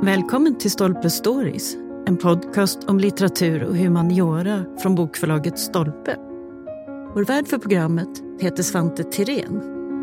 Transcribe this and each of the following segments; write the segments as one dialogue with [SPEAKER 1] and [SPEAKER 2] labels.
[SPEAKER 1] Välkommen till Stolpe Stories, en podcast om litteratur och humaniora från bokförlaget Stolpe. Vår värd för programmet heter Svante Tirén.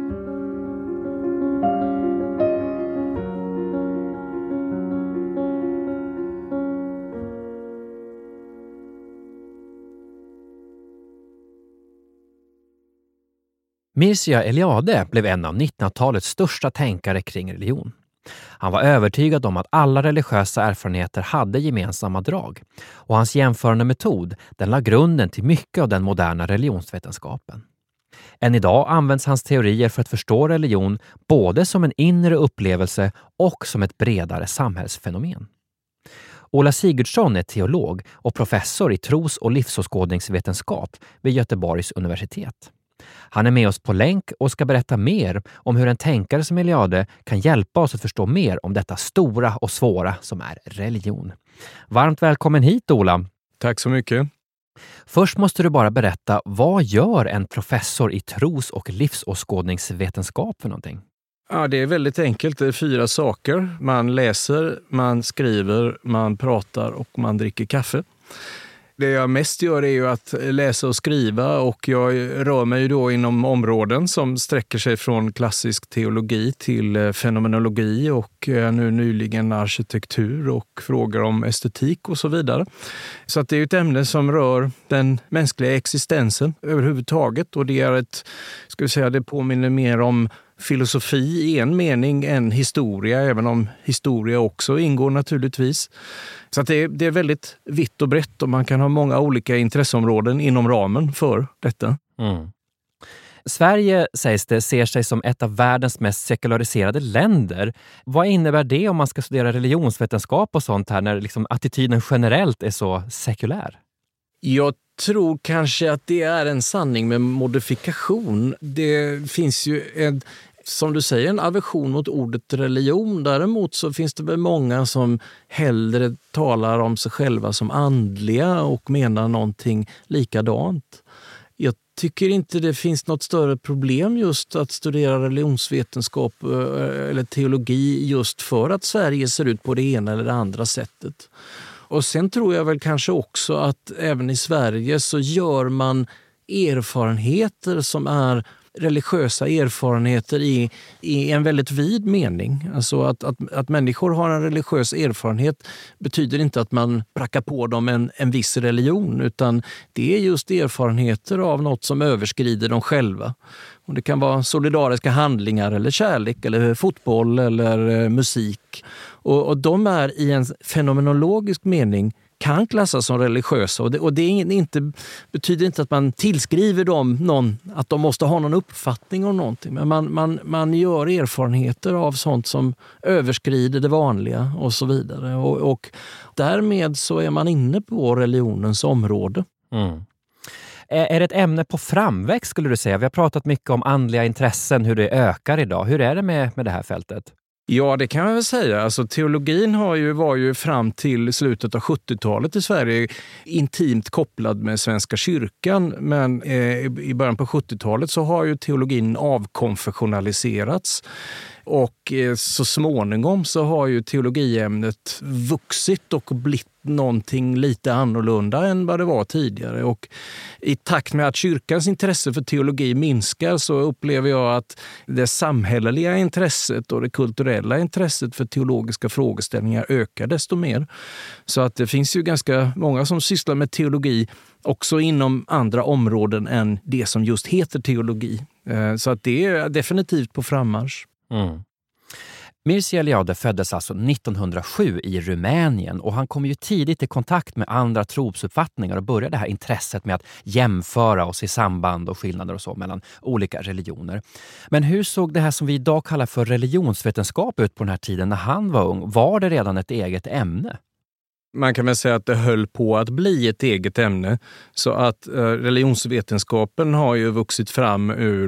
[SPEAKER 2] Mircea Eliade blev en av 1900-talets största tänkare kring religion. Han var övertygad om att alla religiösa erfarenheter hade gemensamma drag, och hans jämförande metod den la grunden till mycket av den moderna religionsvetenskapen. Än idag används hans teorier för att förstå religion både som en inre upplevelse och som ett bredare samhällsfenomen. Ola Sigurdsson är teolog och professor i tros- och livsåskådningsvetenskap vid Göteborgs universitet. Han är med oss på länk och ska berätta mer om hur en tänkare som Eliade kan hjälpa oss att förstå mer om detta stora och svåra som är religion. Varmt välkommen hit, Ola.
[SPEAKER 3] Tack så mycket.
[SPEAKER 2] Först måste du bara berätta, vad gör en professor i tros- och livsåskådningsvetenskap för någonting?
[SPEAKER 3] Ja, det är väldigt enkelt. Det är 4 saker. Man läser, man skriver, man pratar och man dricker kaffe. Det jag mest gör är ju att läsa och skriva, och jag rör mig ju då inom områden som sträcker sig från klassisk teologi till fenomenologi och nu nyligen arkitektur och frågor om estetik och så vidare. Så att det är ju ett ämne som rör den mänskliga existensen överhuvudtaget, och det är det påminner mer om filosofi i en mening än historia, även om historia också ingår naturligtvis. Så att det är väldigt vitt och brett, och man kan ha många olika intresseområden inom ramen för detta.
[SPEAKER 2] Mm. Sverige, sägs det, ser sig som ett av världens mest sekulariserade länder. Vad innebär det om man ska studera religionsvetenskap och sånt här, när liksom attityden generellt är så sekulär?
[SPEAKER 3] Jag tror kanske att det är en sanning med modifikation. Det finns ju som du säger, en aversion mot ordet religion. Däremot så finns det väl många som hellre talar om sig själva som andliga och menar någonting likadant. Jag tycker inte det finns något större problem just att studera religionsvetenskap eller teologi just för att Sverige ser ut på det ena eller det andra sättet. Och sen tror jag väl kanske också att även i Sverige så gör man erfarenheter som är religiösa erfarenheter i en väldigt vid mening. Alltså att människor har en religiös erfarenhet betyder inte att man prackar på dem en viss religion, utan det är just erfarenheter av något som överskrider dem själva. Och det kan vara solidariska handlingar eller kärlek eller fotboll eller musik. Och de är i en fenomenologisk mening kan klassas som religiösa, och det betyder inte att man tillskriver dem att de måste ha någon uppfattning om någonting, men man gör erfarenheter av sånt som överskrider det vanliga och så vidare, och därmed så är man inne på religionens område.
[SPEAKER 2] Mm. Är det ett ämne på framväxt, skulle du säga? Vi har pratat mycket om andliga intressen, hur det ökar idag. Hur är det med det här fältet?
[SPEAKER 3] Ja, det kan man väl säga. Alltså, teologin var ju fram till slutet av 70-talet i Sverige intimt kopplad med Svenska kyrkan. Men i början på 70-talet så har ju teologin avkonfessionaliserats. Och så småningom så har ju teologiämnet vuxit och blivit någonting lite annorlunda än vad det var tidigare. Och i takt med att kyrkans intresse för teologi minskar så upplever jag att det samhälleliga intresset och det kulturella intresset för teologiska frågeställningar ökar desto mer. Så att det finns ju ganska många som sysslar med teologi också inom andra områden än det som just heter teologi. Så att det är definitivt på frammarsch.
[SPEAKER 2] Mm. Mircea Eliade föddes alltså 1907 i Rumänien, och han kom ju tidigt i kontakt med andra trosuppfattningar och började det här intresset med att jämföra och se samband och skillnader och så mellan olika religioner. Men hur såg det här som vi idag kallar för religionsvetenskap ut på den här tiden när han var ung? Var det redan ett eget ämne?
[SPEAKER 3] Man kan väl säga att det höll på att bli ett eget ämne, så att religionsvetenskapen har ju vuxit fram ur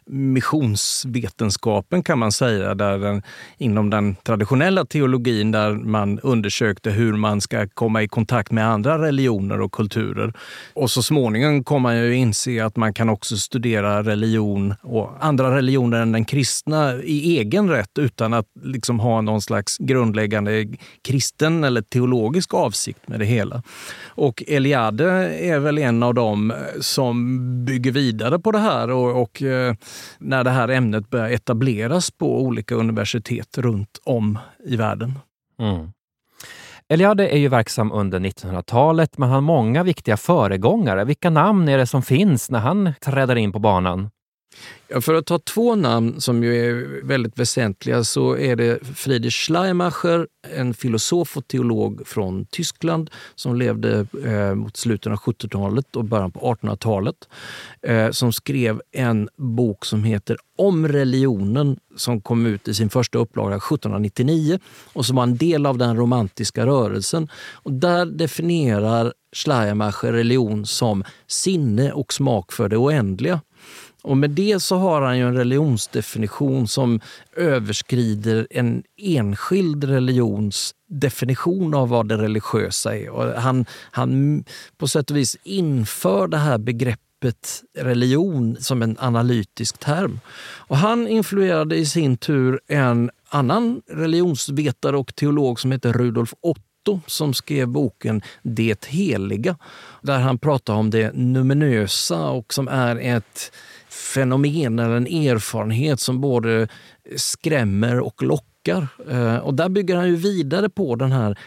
[SPEAKER 3] missionsvetenskapen kan man säga, där inom den traditionella teologin där man undersökte hur man ska komma i kontakt med andra religioner och kulturer. Och så småningom kommer man ju inse att man kan också studera religion och andra religioner än den kristna i egen rätt utan att liksom ha någon slags grundläggande kristen eller teologisk avsikt med det hela. Och Eliade är väl en av dem som bygger vidare på det här och när det här ämnet börjar etableras på olika universitet runt om i världen.
[SPEAKER 2] Mm. Eliade är ju verksam under 1900-talet, men han har många viktiga föregångare. Vilka namn är det som finns när han träder in på banan?
[SPEAKER 3] Ja, för att ta två namn som ju är väldigt väsentliga så är det Friedrich Schleiermacher, en filosof och teolog från Tyskland som levde mot slutet av 1700-talet och början på 1800-talet, som skrev en bok som heter Om religionen som kom ut i sin första upplaga 1799 och som var en del av den romantiska rörelsen. Och där definierar Schleiermacher religion som sinne och smak för det oändliga. Och med det så har han ju en religionsdefinition som överskrider en enskild religions definition av vad det religiösa är. Och han på sätt och vis inför det här begreppet religion som en analytisk term. Och han influerade i sin tur en annan religionsvetare och teolog som heter Rudolf Otto som skrev boken Det heliga, där han pratar om det numinösa och som är ett fenomen eller en erfarenhet som både skrämmer och lockar. Och där bygger han ju vidare på den här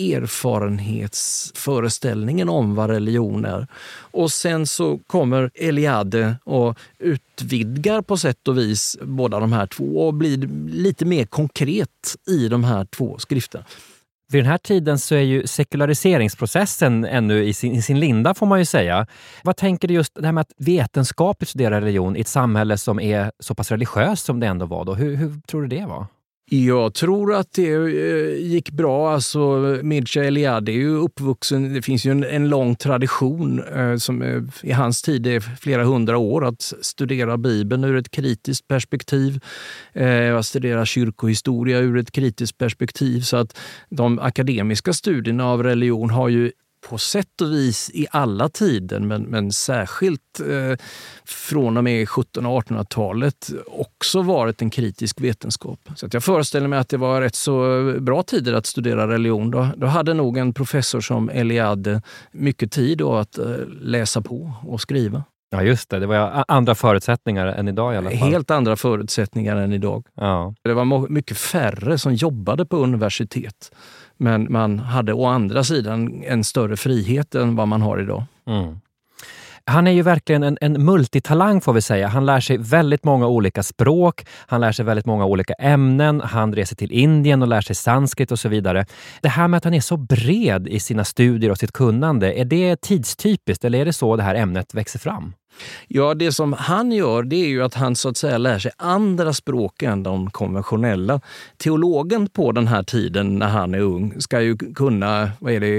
[SPEAKER 3] erfarenhetsföreställningen om vad religion är. Och sen så kommer Eliade och utvidgar på sätt och vis båda de här två och blir lite mer konkret i de här två skrifterna.
[SPEAKER 2] Vid den här tiden så är ju sekulariseringsprocessen ännu i sin linda, får man ju säga. Vad tänker du just det här med att vetenskapligt studera religion i ett samhälle som är så pass religiöst som det ändå var då? Hur tror du det var?
[SPEAKER 3] Jag tror att det gick bra. Alltså, Mircea Eliade är ju uppvuxen, det finns ju en lång tradition som i hans tid är flera hundra år att studera Bibeln ur ett kritiskt perspektiv. Att studera kyrkohistoria ur ett kritiskt perspektiv. Så att de akademiska studierna av religion har ju på sätt och vis i alla tider, men särskilt från och med 1700- och 1800-talet också varit en kritisk vetenskap. Så att jag föreställer mig att det var rätt så bra tider att studera religion. Då hade nog en professor som Eliade mycket tid då att läsa på och skriva.
[SPEAKER 2] Ja just det, det var andra förutsättningar än idag i alla fall.
[SPEAKER 3] Helt andra förutsättningar än idag.
[SPEAKER 2] Ja.
[SPEAKER 3] Det var mycket färre som jobbade på universitet. Men man hade å andra sidan en större frihet än vad man har idag.
[SPEAKER 2] Mm. Han är ju verkligen en multitalang får vi säga. Han lär sig väldigt många olika språk. Han lär sig väldigt många olika ämnen. Han reser till Indien och lär sig sanskrit och så vidare. Det här med att han är så bred i sina studier och sitt kunnande, är det tidstypiskt eller är det så det här ämnet växer fram?
[SPEAKER 3] Ja, det som han gör det är ju att han så att säga lär sig andra språk än de konventionella. Teologen på den här tiden när han är ung ska ju kunna,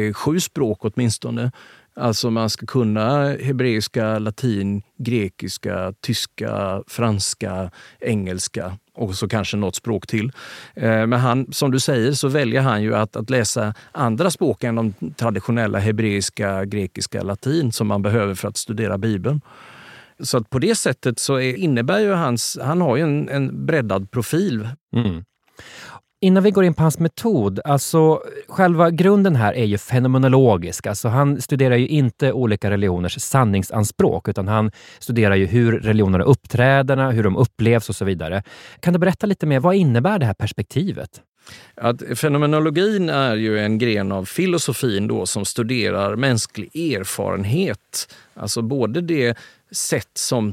[SPEAKER 3] 7 språk åtminstone. Alltså man ska kunna hebreiska, latin, grekiska, tyska, franska, engelska och så kanske något språk till. Men han, som du säger, så väljer han ju att läsa andra språk än de traditionella hebreiska, grekiska, latin som man behöver för att studera Bibeln. Så att på det sättet så innebär ju han har ju en breddad profil.
[SPEAKER 2] Mm. Innan vi går in på hans metod, alltså själva grunden här är ju fenomenologisk. Alltså han studerar ju inte olika religioners sanningsanspråk utan han studerar ju hur religionerna uppträder, hur de upplevs och så vidare. Kan du berätta lite mer, vad innebär det här perspektivet?
[SPEAKER 3] Att fenomenologin är ju en gren av filosofin då som studerar mänsklig erfarenhet. Alltså både det sätt som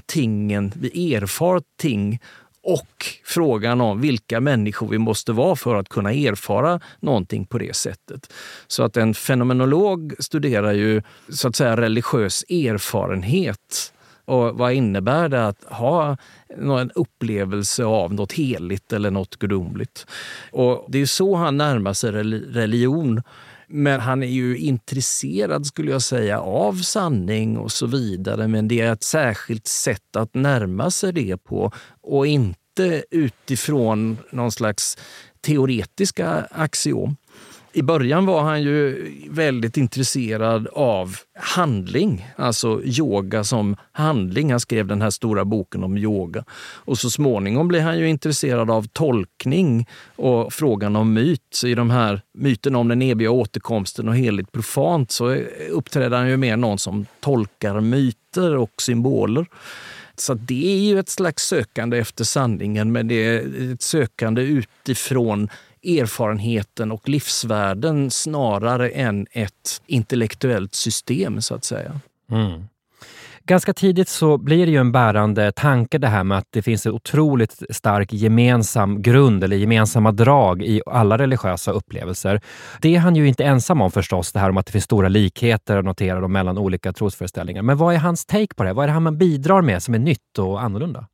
[SPEAKER 3] vi erfar ting och frågan om vilka människor vi måste vara för att kunna erfara någonting på det sättet. Så att en fenomenolog studerar ju så att säga religiös erfarenhet. Och vad innebär det att ha en upplevelse av något heligt eller något gudomligt? Och det är så han närmar sig religion. Men han är ju intresserad, skulle jag säga, av sanning och så vidare. Men det är ett särskilt sätt att närma sig det på och inte utifrån någon slags teoretiska axiom. I början var han ju väldigt intresserad av handling, alltså yoga som handling. Han skrev den här stora boken om yoga. Och så småningom blev han ju intresserad av tolkning och frågan om myt. Så i de här myterna om den eviga återkomsten och heligt profant så uppträder han ju mer någon som tolkar myter och symboler. Så det är ju ett slags sökande efter sanningen, men det är ett sökande utifrån erfarenheten och livsvärden snarare än ett intellektuellt system, så att säga.
[SPEAKER 2] Mm. Ganska tidigt så blir det ju en bärande tanke det här med att det finns en otroligt stark gemensam grund eller gemensamma drag i alla religiösa upplevelser. Det är han ju inte ensam om förstås, det här om att det finns stora likheter noterade mellan olika trosföreställningar. Men vad är hans take på det? Vad är det han man bidrar med som är nytt och annorlunda?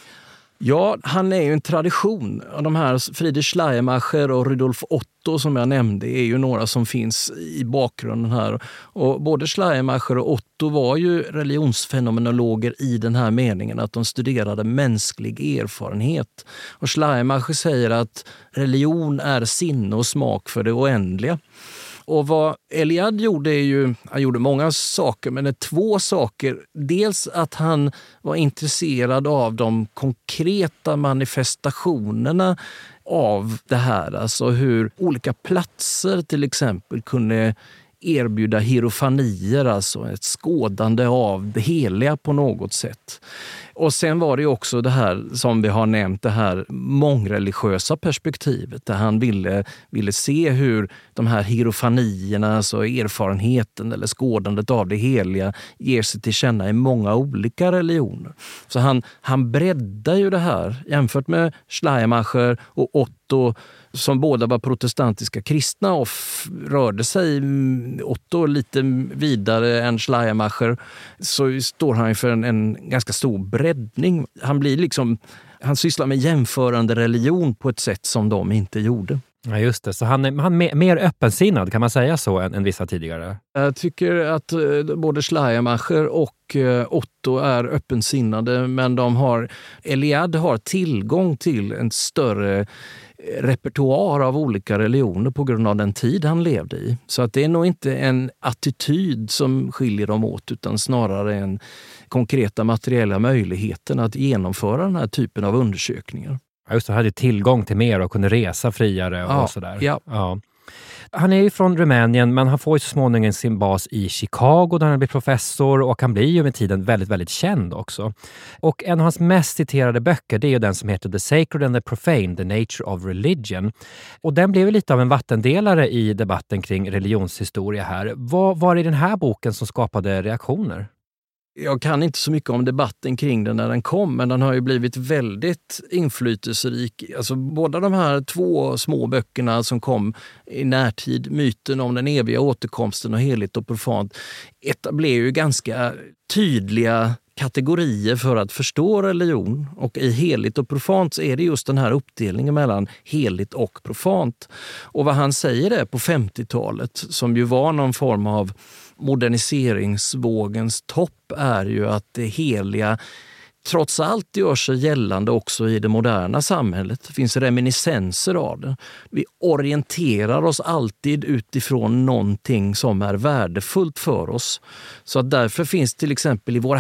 [SPEAKER 3] Ja, han är ju en tradition. De här Friedrich Schleiermacher och Rudolf Otto som jag nämnde är ju några som finns i bakgrunden här. Och både Schleiermacher och Otto var ju religionsfenomenologer i den här meningen att de studerade mänsklig erfarenhet. Och Schleiermacher säger att religion är sinne och smak för det oändliga. Och vad Eliade gjorde är ju, han gjorde många saker, men det är två saker. Dels att han var intresserad av de konkreta manifestationerna av det här. Alltså hur olika platser till exempel kunde erbjuda hierofanier, alltså ett skådande av det heliga på något sätt. Och sen var det också det här som vi har nämnt, det här mångreligiösa perspektivet där han ville se hur de här hierofanierna, alltså erfarenheten eller skådandet av det heliga ger sig till känna i många olika religioner. Så han breddar ju det här jämfört med Schleiermacher och Otto som båda var protestantiska kristna och rörde sig Otto lite vidare än Schleiermacher, så står han för en ganska stor breddning. Han sysslar med jämförande religion på ett sätt som de inte gjorde.
[SPEAKER 2] Ja, just det. Så han är mer öppensinnad, kan man säga så, än vissa tidigare?
[SPEAKER 3] Jag tycker att både Schleiermacher och Otto är öppensinnade, men Eliade har tillgång till en större repertoar av olika religioner på grund av den tid han levde i. Så att det är nog inte en attityd som skiljer dem åt, utan snarare en konkreta materiella möjligheten att genomföra den här typen av undersökningar.
[SPEAKER 2] Ja, just det, han hade tillgång till mer och kunde resa friare och sådär.
[SPEAKER 3] Ja.
[SPEAKER 2] Han är ju från Rumänien, men han får ju så småningom sin bas i Chicago där han blir professor, och han blir ju med tiden väldigt, väldigt känd också. Och en av hans mest citerade böcker, det är ju den som heter The Sacred and the Profane, The Nature of Religion. Och den blev lite av en vattendelare i debatten kring religionshistoria här. Vad var det i den här boken som skapade reaktioner?
[SPEAKER 3] Jag kan inte så mycket om debatten kring den när den kom, men den har ju blivit väldigt inflytelserik. Alltså båda de här två små böckerna som kom i närtid, Myten om den eviga återkomsten och Heligt och profant, etablerar ju ganska tydliga kategorier för att förstå religion. Och i Heligt och profant så är det just den här uppdelningen mellan heligt och profant. Och vad han säger är på 50-talet, som ju var någon form av moderniseringsvågens topp, är ju att det heliga trots allt gör sig gällande också i det moderna samhället. Det finns reminiscenser av det. Vi orienterar oss alltid utifrån någonting som är värdefullt för oss. Så att därför finns till exempel i våra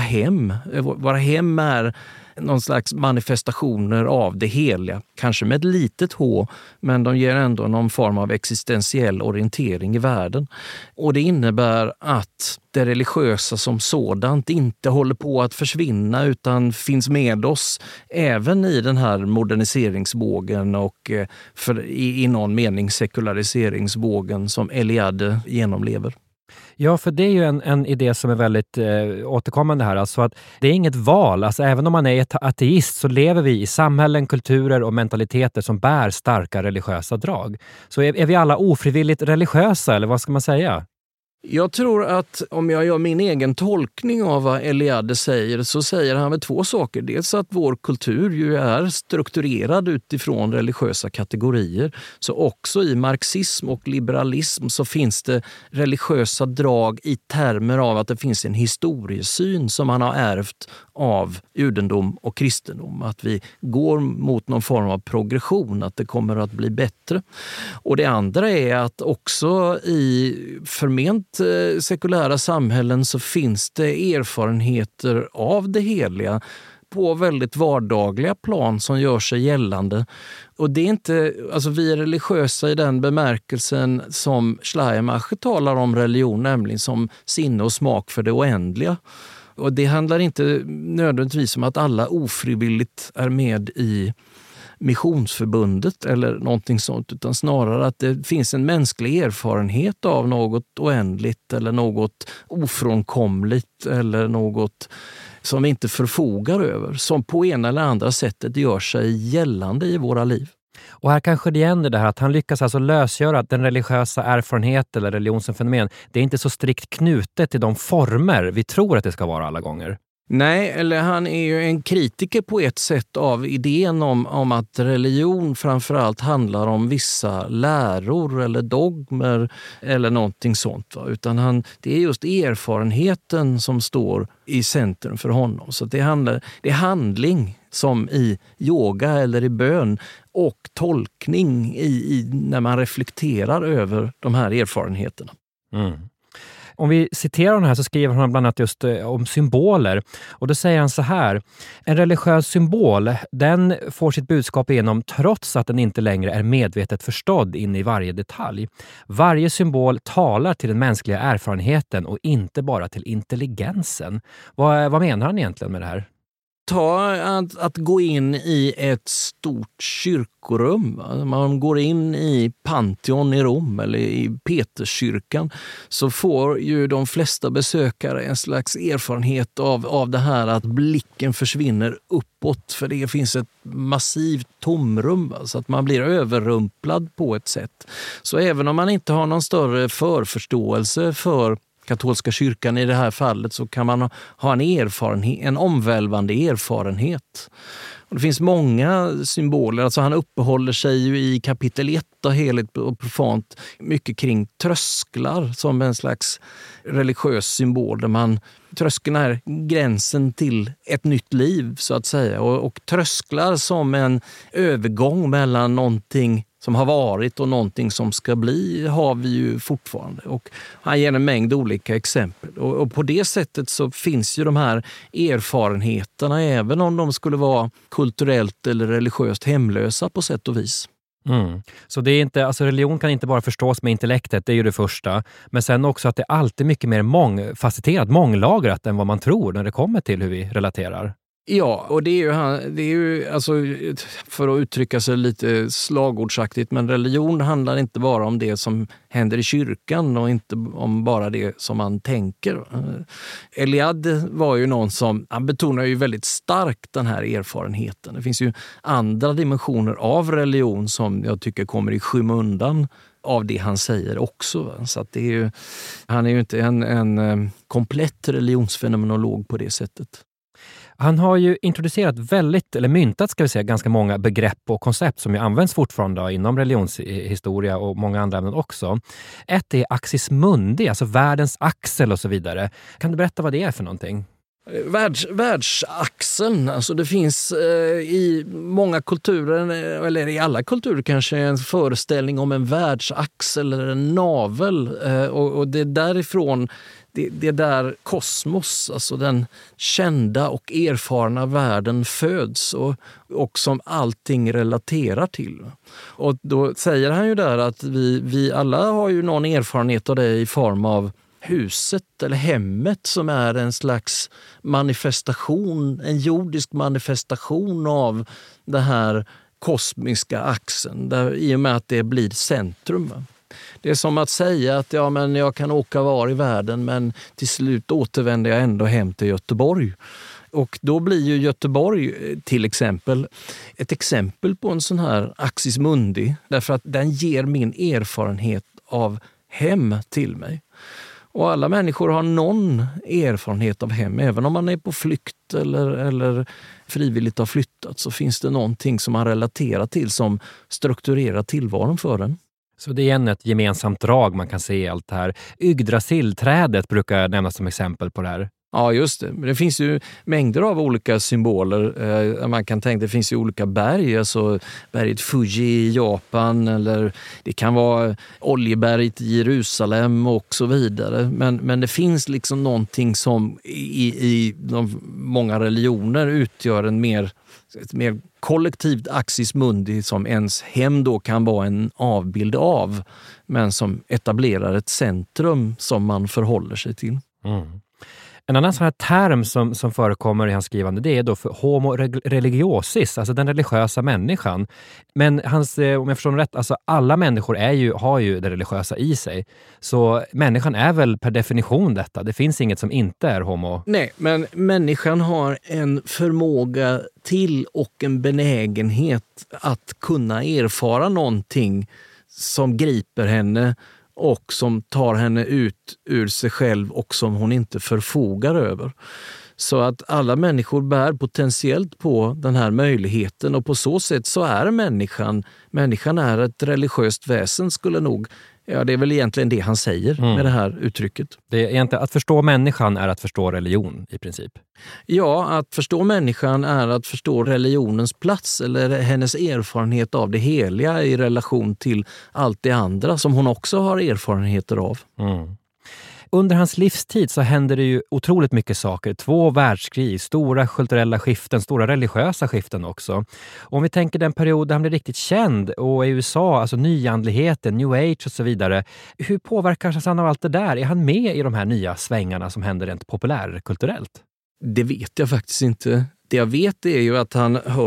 [SPEAKER 3] hem är någon slags manifestationer av det heliga. Kanske med ett litet H, men de ger ändå någon form av existentiell orientering i världen. Och det innebär att det religiösa som sådant inte håller på att försvinna utan finns med oss även i den här moderniseringsvågen och i någon mening sekulariseringsvågen som Eliade genomlever.
[SPEAKER 2] Ja, för det är ju en idé som är väldigt återkommande här. Alltså att det är inget val. Alltså även om man är ateist så lever vi i samhällen, kulturer och mentaliteter som bär starka religiösa drag. Så är vi alla ofrivilligt religiösa, eller vad ska man säga?
[SPEAKER 3] Jag tror att om jag gör min egen tolkning av vad Eliade säger så säger han väl två saker. Dels att vår kultur ju är strukturerad utifrån religiösa kategorier. Så också i marxism och liberalism så finns det religiösa drag i termer av att det finns en historiesyn som man har ärvt av judendom och kristendom. Att vi går mot någon form av progression, att det kommer att bli bättre. Och det andra är att också i förment sekulära samhällen så finns det erfarenheter av det heliga på väldigt vardagliga plan som gör sig gällande. Och det är inte, alltså vi är religiösa i den bemärkelsen som Schleiermacher talar om religion, nämligen som sinne och smak för det oändliga. Och det handlar inte nödvändigtvis om att alla ofrivilligt är med i Missionsförbundet eller någonting sånt, utan snarare att det finns en mänsklig erfarenhet av något oändligt eller något ofrånkomligt eller något som vi inte förfogar över, som på ena eller andra sättet gör sig gällande i våra liv.
[SPEAKER 2] Och här kanske det igen är det här att han lyckas alltså lösgöra att den religiösa erfarenhet eller religion som fenomen, det är inte så strikt knutet till de former vi tror att det ska vara alla gånger.
[SPEAKER 3] Nej, eller han är ju en kritiker på ett sätt av idén om att religion framförallt handlar om vissa läror eller dogmer eller någonting sånt. Va? Utan det är just erfarenheten som står i centrum för honom. Så det är handling som i yoga eller i bön och tolkning när man reflekterar över de här erfarenheterna.
[SPEAKER 2] Mm. Om vi citerar den här så skriver han bland annat just om symboler. Och då säger han så här: en religiös symbol, den får sitt budskap igenom trots att den inte längre är medvetet förstådd in i varje detalj. Varje symbol talar till den mänskliga erfarenheten och inte bara till intelligensen. Vad menar han egentligen med det här?
[SPEAKER 3] Ta att gå in i ett stort kyrkorum. Man går in i Pantheon i Rom eller i Peterskyrkan, så får ju de flesta besökare en slags erfarenhet av det här att blicken försvinner uppåt, för det finns ett massivt tomrum, så att man blir överrumplad på ett sätt. Så även om man inte har någon större förförståelse för katolska kyrkan i det här fallet, så kan man ha en omvälvande erfarenhet. Och det finns många symboler. Alltså han uppehåller sig ju i kapitel 1 och heligt och profant mycket kring trösklar som en slags religiös symbol, där tröskeln är gränsen till ett nytt liv så att säga. Och trösklar som en övergång mellan någonting som har varit och någonting som ska bli har vi ju fortfarande. Och han ger en mängd olika exempel. Och på det sättet så finns ju de här erfarenheterna, även om de skulle vara kulturellt eller religiöst hemlösa på sätt och vis.
[SPEAKER 2] Mm. Så det är inte, alltså religion kan inte bara förstås med intellektet, det är ju det första. Men sen också att det är alltid mycket mer mångfacetterat, månglagrat än vad man tror när det kommer till hur vi relaterar.
[SPEAKER 3] Ja, och det är ju alltså, för att uttrycka sig lite slagordsaktigt, men religion handlar inte bara om det som händer i kyrkan och inte om bara det som man tänker. Eliade var ju någon som, han betonar ju väldigt starkt den här erfarenheten. Det finns ju andra dimensioner av religion som jag tycker kommer i skymundan av det han säger också. Så att han är ju inte en komplett religionsfenomenolog på det sättet.
[SPEAKER 2] Han har ju introducerat myntat ganska många begrepp och koncept som ju används fortfarande inom religionshistoria och många andra ämnen också. Ett är axis mundi, alltså världens axel och så vidare. Kan du berätta vad det är för någonting?
[SPEAKER 3] Världsaxeln, alltså det finns i många kulturer, eller i alla kulturer kanske, en föreställning om en världsaxel eller en navel, och det är därifrån det där kosmos, alltså den kända och erfarna världen föds och som allting relaterar till. Och då säger han ju där att vi alla har ju någon erfarenhet av det i form av huset eller hemmet, som är en slags manifestation, en jordisk manifestation av det här kosmiska axeln, i och med att det blir centrum. Det är som att säga att jag kan åka var i världen, men till slut återvänder jag ändå hem till Göteborg. Och då blir ju Göteborg till exempel ett exempel på en sån här axis mundi, därför att den ger min erfarenhet av hem till mig. Och alla människor har någon erfarenhet av hem. Även om man är på flykt eller frivilligt har flyttat, så finns det någonting som man relaterar till som strukturerar tillvaron för en.
[SPEAKER 2] Så det är igen ett gemensamt drag man kan se i allt det här. Yggdrasil-trädet brukar nämnas som exempel på det här.
[SPEAKER 3] Ja, just det. Men det finns ju mängder av olika symboler. Man kan tänka, det finns ju olika berg. Alltså berget Fuji i Japan, eller det kan vara oljeberget i Jerusalem och så vidare. Men det finns liksom någonting som i de många religioner utgör ett mer kollektivt axis mundi som ens hem då kan vara en avbild av, men som etablerar ett centrum som man förhåller sig till.
[SPEAKER 2] Mm. En annan sån här term som förekommer i hans skrivande, det är då för homo religiosis, alltså den religiösa människan. Men hans, om jag förstår rätt, alltså alla människor har ju det religiösa i sig. Så människan är väl per definition detta. Det finns inget som inte är homo.
[SPEAKER 3] Nej, men människan har en förmåga till och en benägenhet att kunna erfara någonting som griper henne och som tar henne ut ur sig själv och som hon inte förfogar över. Så att alla människor bär potentiellt på den här möjligheten, och på så sätt så är människan är ett religiöst väsen, skulle nog, ja, det är väl egentligen det han säger med det här uttrycket.
[SPEAKER 2] Det är egentligen, att förstå människan är att förstå religion i princip.
[SPEAKER 3] Ja, att förstå människan är att förstå religionens plats eller hennes erfarenhet av det heliga i relation till allt det andra som hon också har erfarenheter av.
[SPEAKER 2] Mm. Under hans livstid så händer det ju otroligt mycket saker. 2 världskrig, stora kulturella skiften, stora religiösa skiften också. Och om vi tänker den period där han blev riktigt känd, och i USA, alltså nyandligheten, new age och så vidare. Hur påverkas han av allt det där? Är han med i de här nya svängarna som händer rent populärkulturellt?
[SPEAKER 3] Det vet jag faktiskt inte. Det jag vet är ju att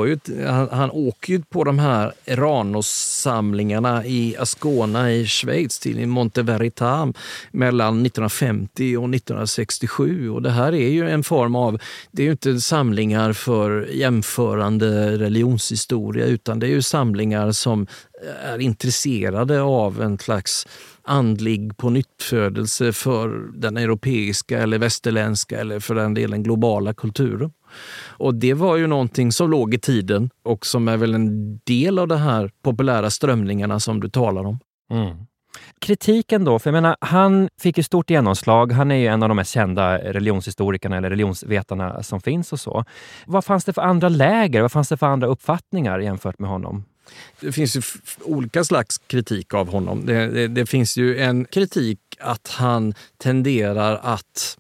[SPEAKER 3] han åker ju på de här Eranos-samlingarna i Ascona i Schweiz till Monte Veritam mellan 1950 och 1967. Och det här är ju en form av, det är ju inte samlingar för jämförande religionshistoria, utan det är ju samlingar som är intresserade av en slags andlig pånyttfödelse för den europeiska eller västerländska eller för den delen globala kulturen. Och det var ju någonting som låg i tiden och som är väl en del av de här populära strömningarna som du talar om.
[SPEAKER 2] Mm. Kritiken då, för jag menar, han fick ju stort genomslag. Han är ju en av de mest kända religionshistorikerna eller religionsvetarna som finns och så. Vad fanns det för andra läger? Vad fanns det för andra uppfattningar jämfört med honom?
[SPEAKER 3] Det finns ju olika slags kritik av honom. Det finns ju en kritik att han tenderar att,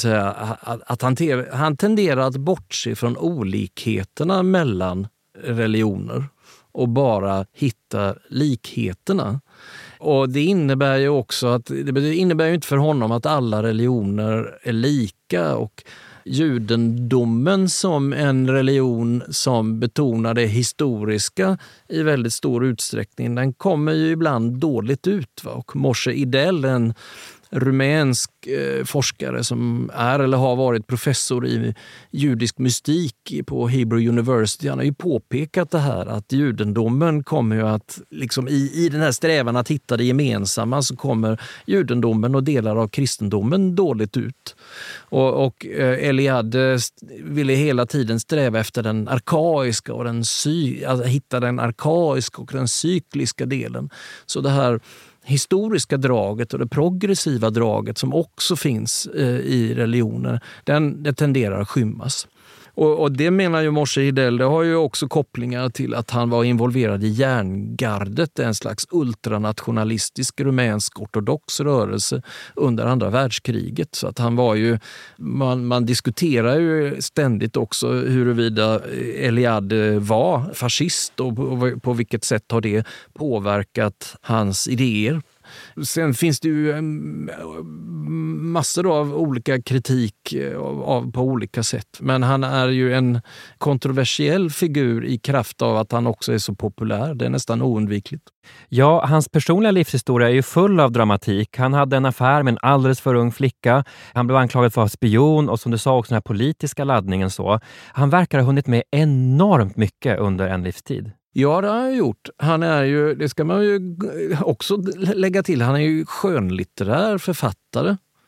[SPEAKER 3] han tenderar att bortse från olikheterna mellan religioner och bara hitta likheterna. Och det innebär ju också att det innebär ju inte för honom att alla religioner är lika, och judendomen som en religion som betonar det historiska i väldigt stor utsträckning, den kommer ju ibland dåligt ut. Va? Och Moshe Idel, en rumänsk forskare som är eller har varit professor i judisk mystik på Hebrew University, han har ju påpekat det här att judendomen kommer ju att, liksom i den här strävan att hitta det gemensamma, så kommer judendomen och delar av kristendomen dåligt ut. Och Eliade ville hela tiden sträva efter den arkaiska och hitta den arkaiska och den cykliska delen. Så det här historiska draget och det progressiva draget som också finns i religioner, det tenderar att skymmas. Och det menar ju Moshe Idel, det har ju också kopplingar till att han var involverad i järngardet, en slags ultranationalistisk rumänsk ortodox rörelse under andra världskriget. Så att han var ju, man diskuterar ju ständigt också huruvida Eliade var fascist och på vilket sätt har det påverkat hans idéer. Sen finns det ju massor av olika kritik på olika sätt. Men han är ju en kontroversiell figur i kraft av att han också är så populär. Det är nästan oundvikligt.
[SPEAKER 2] Ja, hans personliga livshistoria är ju full av dramatik. Han hade en affär med en alldeles för ung flicka. Han blev anklagad för att vara spion och som du sa också den här politiska laddningen så. Han verkar ha hunnit med enormt mycket under en livstid.
[SPEAKER 3] Ja, det har han gjort. Han är ju, det ska man ju också lägga till, han är ju skönlitterär författare.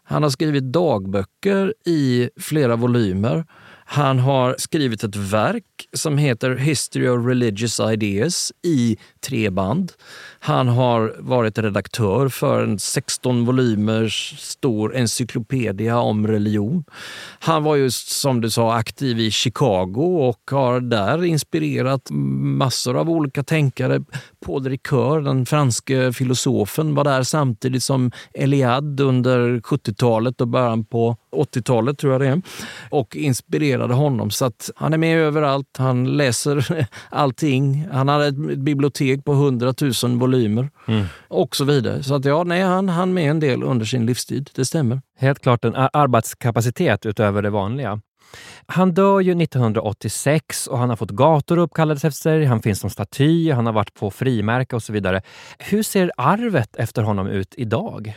[SPEAKER 3] Han har skrivit dagböcker i flera volymer. Han har skrivit ett verk som heter History of Religious Ideas i 3 band. Han har varit redaktör för en 16 volymers stor encyklopedia om religion. Han var just, som du sa, aktiv i Chicago och har där inspirerat massor av olika tänkare. Paul Ricoeur, den franske filosofen, var där samtidigt som Eliade under 70-talet och början på 80-talet tror jag det är, och inspirerade honom. Så att han är med överallt, han läser allting. Han hade ett bibliotek på 100 000 volymer och så vidare. Så att han med en del under sin livstid, det stämmer.
[SPEAKER 2] Helt klart en arbetskapacitet utöver det vanliga. Han dör ju 1986 och han har fått gator uppkallade efter sig, han finns som staty, han har varit på frimärke och så vidare. Hur ser arvet efter honom ut idag?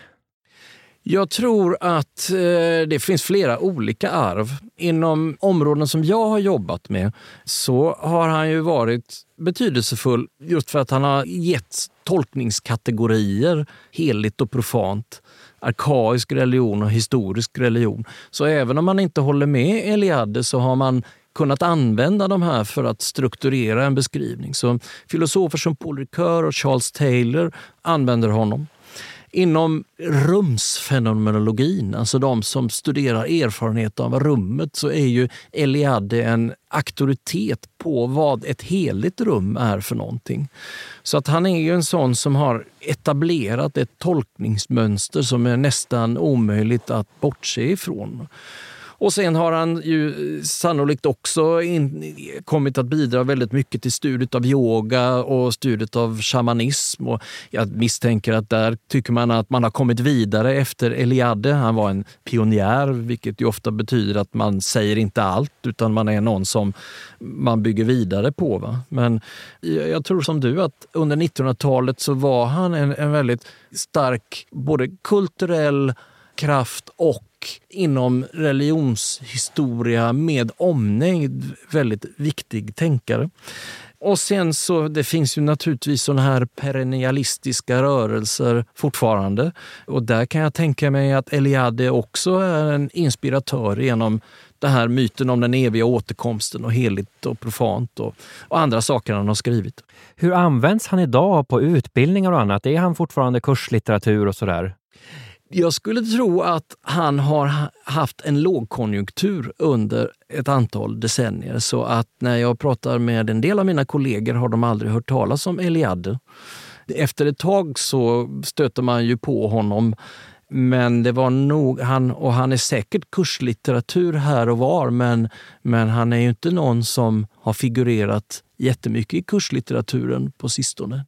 [SPEAKER 3] Jag tror att det finns flera olika arv. Inom områden som jag har jobbat med så har han ju varit betydelsefull just för att han har gett tolkningskategorier, heligt och profant, arkaisk religion och historisk religion. Så även om man inte håller med Eliade så har man kunnat använda de här för att strukturera en beskrivning. Så filosofer som Paul Ricoeur och Charles Taylor använder honom. Inom rumsfenomenologin, alltså de som studerar erfarenhet av rummet, så är ju Eliade en auktoritet på vad ett heligt rum är för någonting. Så att han är ju en sån som har etablerat ett tolkningsmönster som är nästan omöjligt att bortse ifrån. Och sen har han ju sannolikt också kommit att bidra väldigt mycket till studiet av yoga och studiet av shamanism. Och jag misstänker att där tycker man att man har kommit vidare efter Eliade. Han var en pionjär, vilket ju ofta betyder att man säger inte allt utan man är någon som man bygger vidare på. Va? Men jag tror som du att under 1900-talet så var han en väldigt stark både kulturell kraft och inom religionshistoria med omnejd väldigt viktig tänkare. Och sen så det finns ju naturligtvis såna här perennialistiska rörelser fortfarande. Och där kan jag tänka mig att Eliade också är en inspiratör genom det här myten om den eviga återkomsten och heligt och profant och andra saker han har skrivit.
[SPEAKER 2] Hur används han idag på utbildningar och annat? Är han fortfarande kurslitteratur och sådär?
[SPEAKER 3] Jag skulle tro att han har haft en lågkonjunktur under ett antal decennier, så att när jag pratar med en del av mina kollegor har de aldrig hört talas om Eliade. Efter ett tag så stöter man ju på honom, men det var nog han är säkert kurslitteratur här och var, men han är ju inte någon som har figurerat jättemycket i kurslitteraturen på sistone.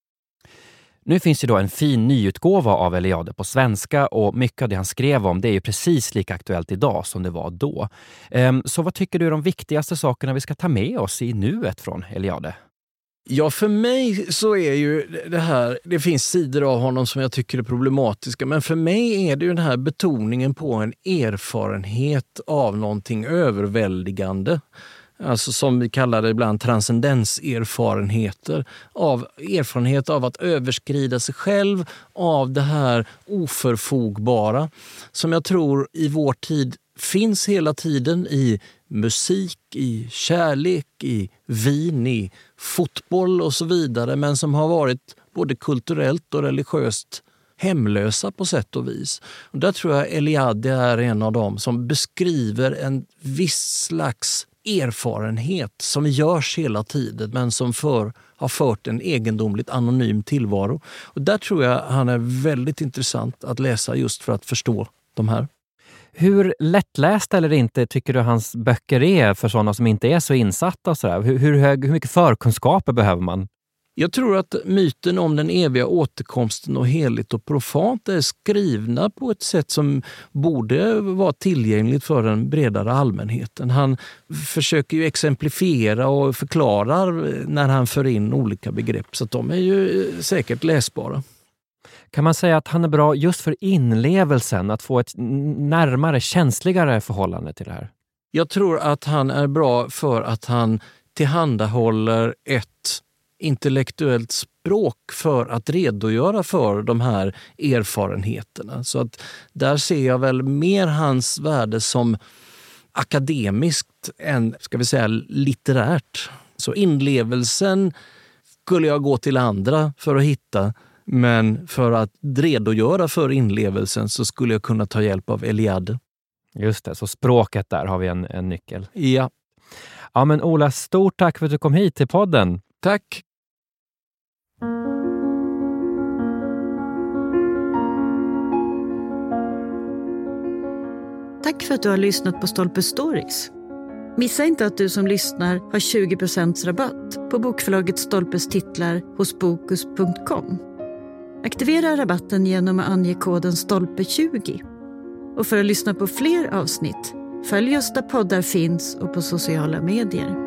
[SPEAKER 2] Nu finns ju då en fin nyutgåva av Eliade på svenska och mycket av det han skrev om det är ju precis lika aktuellt idag som det var då. Så vad tycker du är de viktigaste sakerna vi ska ta med oss i nuet från Eliade?
[SPEAKER 3] Ja, för mig så är ju det finns sidor av honom som jag tycker är problematiska, men för mig är det ju den här betoningen på en erfarenhet av någonting överväldigande. Alltså som vi kallar det ibland transcendenserfarenheter, av erfarenhet av att överskrida sig själv, av det här oförfogbara som jag tror i vår tid finns hela tiden i musik, i kärlek, i vin, i fotboll och så vidare, men som har varit både kulturellt och religiöst hemlösa på sätt och vis. Och där tror jag Eliade är en av dem som beskriver en viss slags erfarenhet som görs hela tiden men som har fört en egendomligt anonym tillvaro. Och där tror jag han är väldigt intressant att läsa just för att förstå de här.
[SPEAKER 2] Hur lättlästa eller inte tycker du hans böcker är för sådana som inte är så insatta? Och sådär? Hur mycket förkunskaper behöver man?
[SPEAKER 3] Jag tror att myten om den eviga återkomsten och heligt och profant är skrivna på ett sätt som borde vara tillgängligt för den bredare allmänheten. Han försöker ju exemplifiera och förklarar när han för in olika begrepp, så att de är ju säkert läsbara.
[SPEAKER 2] Kan man säga att han är bra just för inlevelsen, att få ett närmare, känsligare förhållande till det här? Jag
[SPEAKER 3] tror att han är bra för att han tillhandahåller ett intellektuellt språk för att redogöra för de här erfarenheterna. Så att där ser jag väl mer hans värde som akademiskt än, ska vi säga, litterärt. Så inlevelsen skulle jag gå till andra för att hitta, men för att redogöra för inlevelsen så skulle jag kunna ta hjälp av Eliade.
[SPEAKER 2] Just det, så språket där har vi en nyckel.
[SPEAKER 3] Ja.
[SPEAKER 2] Ja, men Ola, stort tack för att du kom hit till podden.
[SPEAKER 3] Tack!
[SPEAKER 1] Tack för att du har lyssnat på Stolpe Stories. Missa inte att du som lyssnar har 20% rabatt på bokförlaget Stolpes titlar hos Bokus.com. Aktivera rabatten genom att ange koden STOLPE20. Och för att lyssna på fler avsnitt, följ oss där poddar finns och på sociala medier.